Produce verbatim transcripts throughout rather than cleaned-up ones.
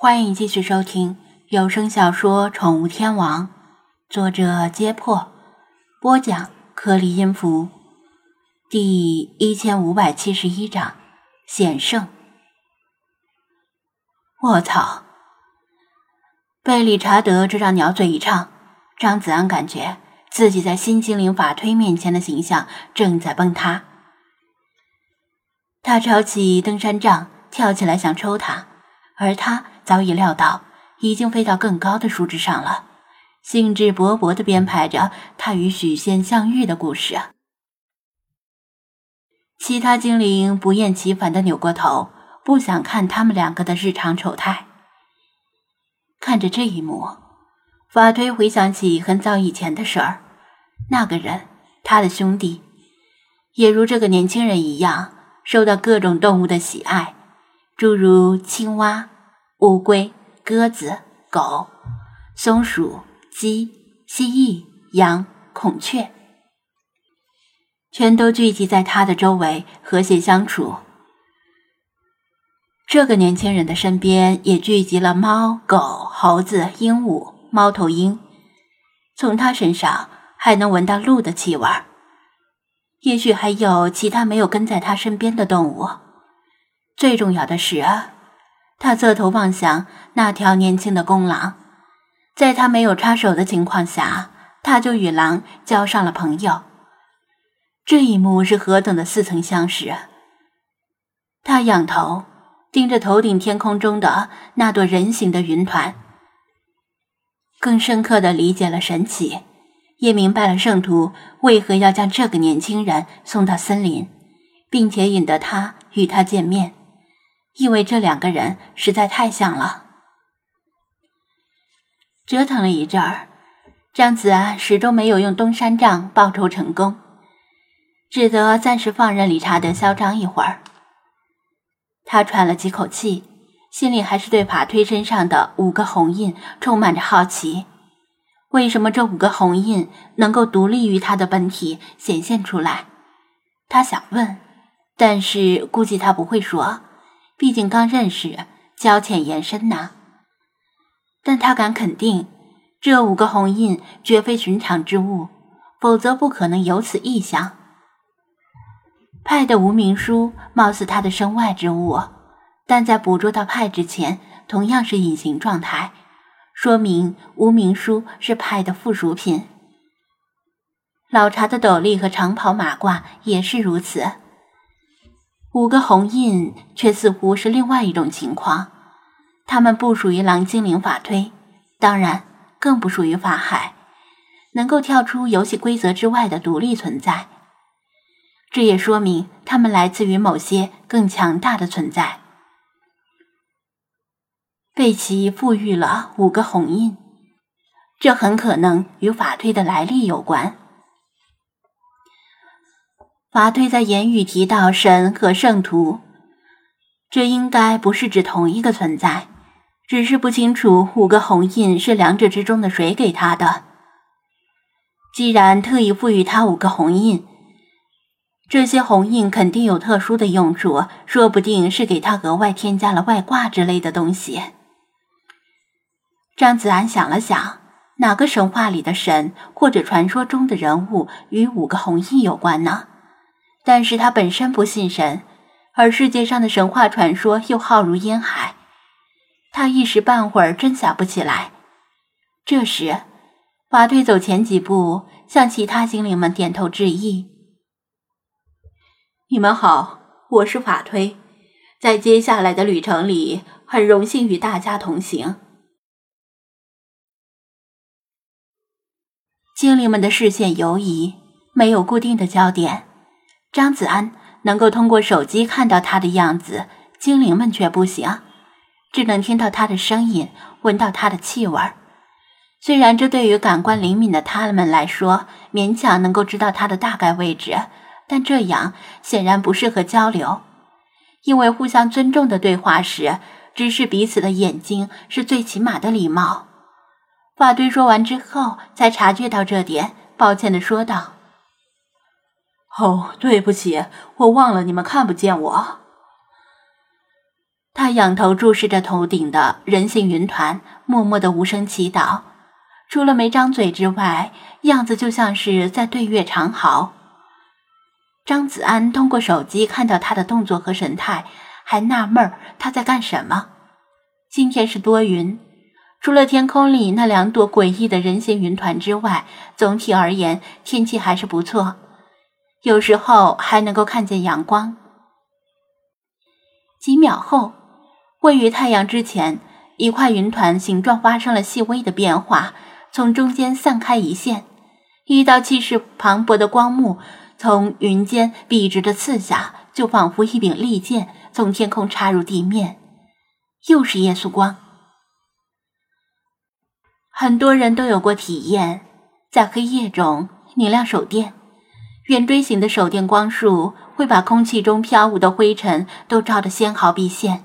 欢迎继续收听有声小说《宠物天王》，作者揭破，播讲颗粒音符，第一千五百七十一章险胜。我操！被理查德这张鸟嘴一唱，张子安感觉自己在新精灵法推面前的形象正在崩塌。他抄起登山杖，跳起来想抽他，而他早已料到已经飞到更高的树枝上了，兴致勃勃地编排着他与许仙相遇的故事。其他精灵不厌其烦地扭过头，不想看他们两个的日常丑态。看着这一幕，法推回想起很早以前的事儿，那个人，他的兄弟，也如这个年轻人一样，受到各种动物的喜爱，诸如青蛙、乌龟、鸽子、狗、松鼠、鸡、蜥蜴、羊、孔雀，全都聚集在他的周围，和谐相处。这个年轻人的身边也聚集了猫、狗、猴子、鹦鹉、猫头鹰，从他身上还能闻到鹿的气味，也许还有其他没有跟在他身边的动物。最重要的是，他侧头望向那条年轻的公狼，在他没有插手的情况下，他就与狼交上了朋友。这一幕是何等的似曾相识。他仰头盯着头顶天空中的那朵人形的云团，更深刻地理解了神奇，也明白了圣徒为何要将这个年轻人送到森林，并且引得他与他见面，因为这两个人实在太像了。折腾了一阵儿，张子安始终没有用东山杖报仇成功，只得暂时放任理查德嚣张一会儿。他喘了几口气，心里还是对法推身上的五个红印充满着好奇。为什么这五个红印能够独立于他的本体显现出来？他想问，但是估计他不会说，毕竟刚认识，交浅言深呐。但他敢肯定，这五个红印绝非寻常之物，否则不可能有此异象。派的无名书貌似他的身外之物，但在捕捉到派之前同样是隐形状态，说明无名书是派的附属品。老查的斗笠和长袍马褂也是如此。五个红印却似乎是另外一种情况，它们不属于狼精灵法推，当然更不属于法海，能够跳出游戏规则之外的独立存在。这也说明它们来自于某些更强大的存在，被其赋予了五个红印，这很可能与法推的来历有关。法推在言语提到神和圣徒，这应该不是指同一个存在，只是不清楚五个红印是两者之中的谁给他的。既然特意赋予他五个红印，这些红印肯定有特殊的用处，说不定是给他额外添加了外挂之类的东西。张子安想了想，哪个神话里的神或者传说中的人物与五个红印有关呢？但是他本身不信神，而世界上的神话传说又浩如烟海，他一时半会儿真想不起来。这时法推走前几步，向其他精灵们点头致意。你们好，我是法推，在接下来的旅程里，很荣幸与大家同行。精灵们的视线游移，没有固定的焦点。张子安能够通过手机看到他的样子，精灵们却不行，只能听到他的声音，闻到他的气味。虽然这对于感官灵敏的他们来说，勉强能够知道他的大概位置，但这样显然不适合交流，因为互相尊重的对话时，直视彼此的眼睛是最起码的礼貌。法推说完之后，才察觉到这点，抱歉地说道：哦，对不起，我忘了你们看不见我。 他仰头注视着头顶的人形云团，默默地无声祈祷，除了没张嘴之外，样子就像是在对月长嚎。张子安通过手机看到他的动作和神态，还纳闷他在干什么。今天是多云，除了天空里那两朵诡异的人形云团之外，总体而言天气还是不错，有时候还能够看见阳光。几秒后，位于太阳之前，一块云团形状发生了细微的变化，从中间散开一线，一道气势磅礴的光幕从云间笔直地刺下，就仿佛一柄利剑从天空插入地面。又是耶稣光。很多人都有过体验，在黑夜中拧亮手电，圆锥形的手电光束会把空气中飘舞的灰尘都照得纤毫毕现。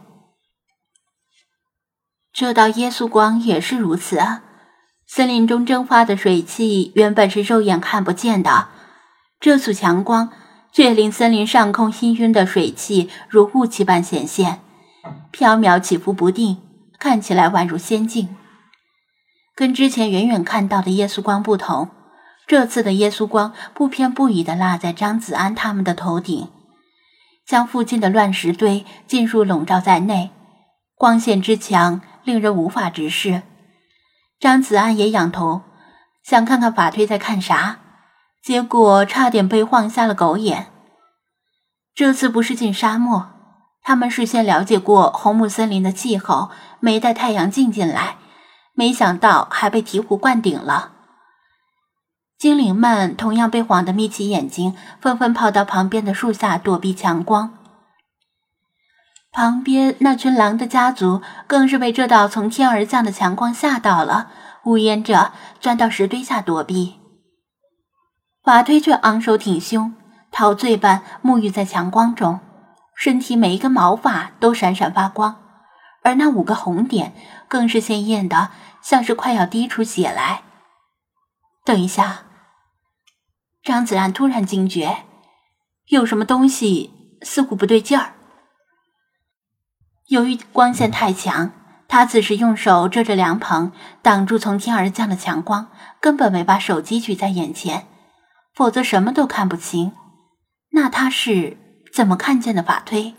这道耶稣光也是如此啊！森林中蒸发的水汽原本是肉眼看不见的，这束强光却令森林上空氤氲的水汽如雾气般显现，飘渺起伏不定，看起来宛如仙境。跟之前远远看到的耶稣光不同，这次的耶稣光不偏不倚地落在张子安他们的头顶，将附近的乱石堆尽数笼罩在内，光线之强令人无法直视。张子安也仰头想看看法推在看啥，结果差点被晃瞎了狗眼。这次不是进沙漠，他们事先了解过红木森林的气候，没带太阳镜进来，没想到还被醍醐灌顶了。精灵们同样被晃得眯起眼睛，纷纷跑到旁边的树下躲避强光。旁边那群狼的家族更是被这道从天而降的强光吓到了，呜咽着钻到石堆下躲避。法推却昂首挺胸，陶醉般沐浴在强光中，身体每一根毛发都闪闪发光，而那五个红点更是鲜艳的，像是快要滴出血来。等一下，张子然突然惊觉，有什么东西似乎不对劲儿。由于光线太强，他此时用手遮着凉棚，挡住从天而降的强光，根本没把手机举在眼前，否则什么都看不清。那他是怎么看见的法推？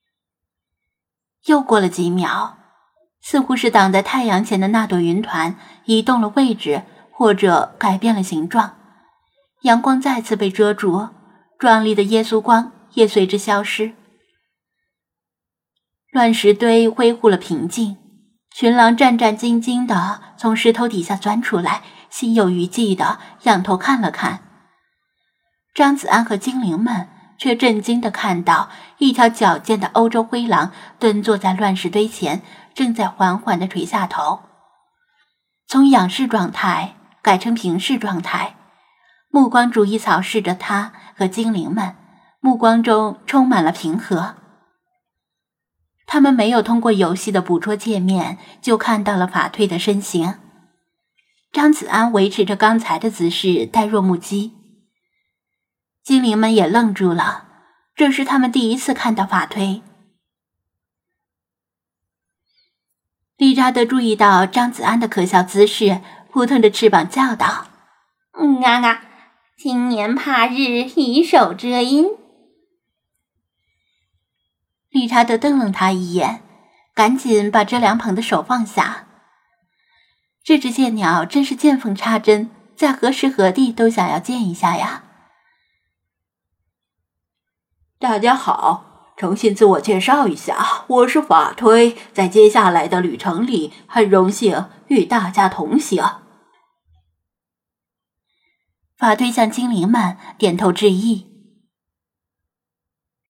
又过了几秒，似乎是挡在太阳前的那朵云团移动了位置，或者改变了形状，阳光再次被遮住，壮丽的耶稣光也随之消失。乱石堆恢复了平静，群狼战战兢兢地从石头底下钻出来，心有余悸地仰头看了看。张子安和精灵们却震惊地看到一条矫健的欧洲灰狼蹲坐在乱石堆前，正在缓缓地垂下头，从仰视状态改成平视状态，目光逐一扫视着他和精灵们，目光中充满了平和。他们没有通过游戏的捕捉界面就看到了法推的身形。张子安维持着刚才的姿势，呆若木鸡。精灵们也愣住了，这是他们第一次看到法推。理查德注意到张子安的可笑姿势，扑腾着翅膀叫道：嗯啊啊，青年怕日，以手遮阴。理查德瞪了他一眼，赶紧把遮凉棚的手放下。这只剑鸟真是见缝插针，在何时何地都想要见一下呀。 大家好，重新自我介绍一下，我是法推，在接下来的旅程里，很荣幸与大家同行。 法推向精灵们点头致意。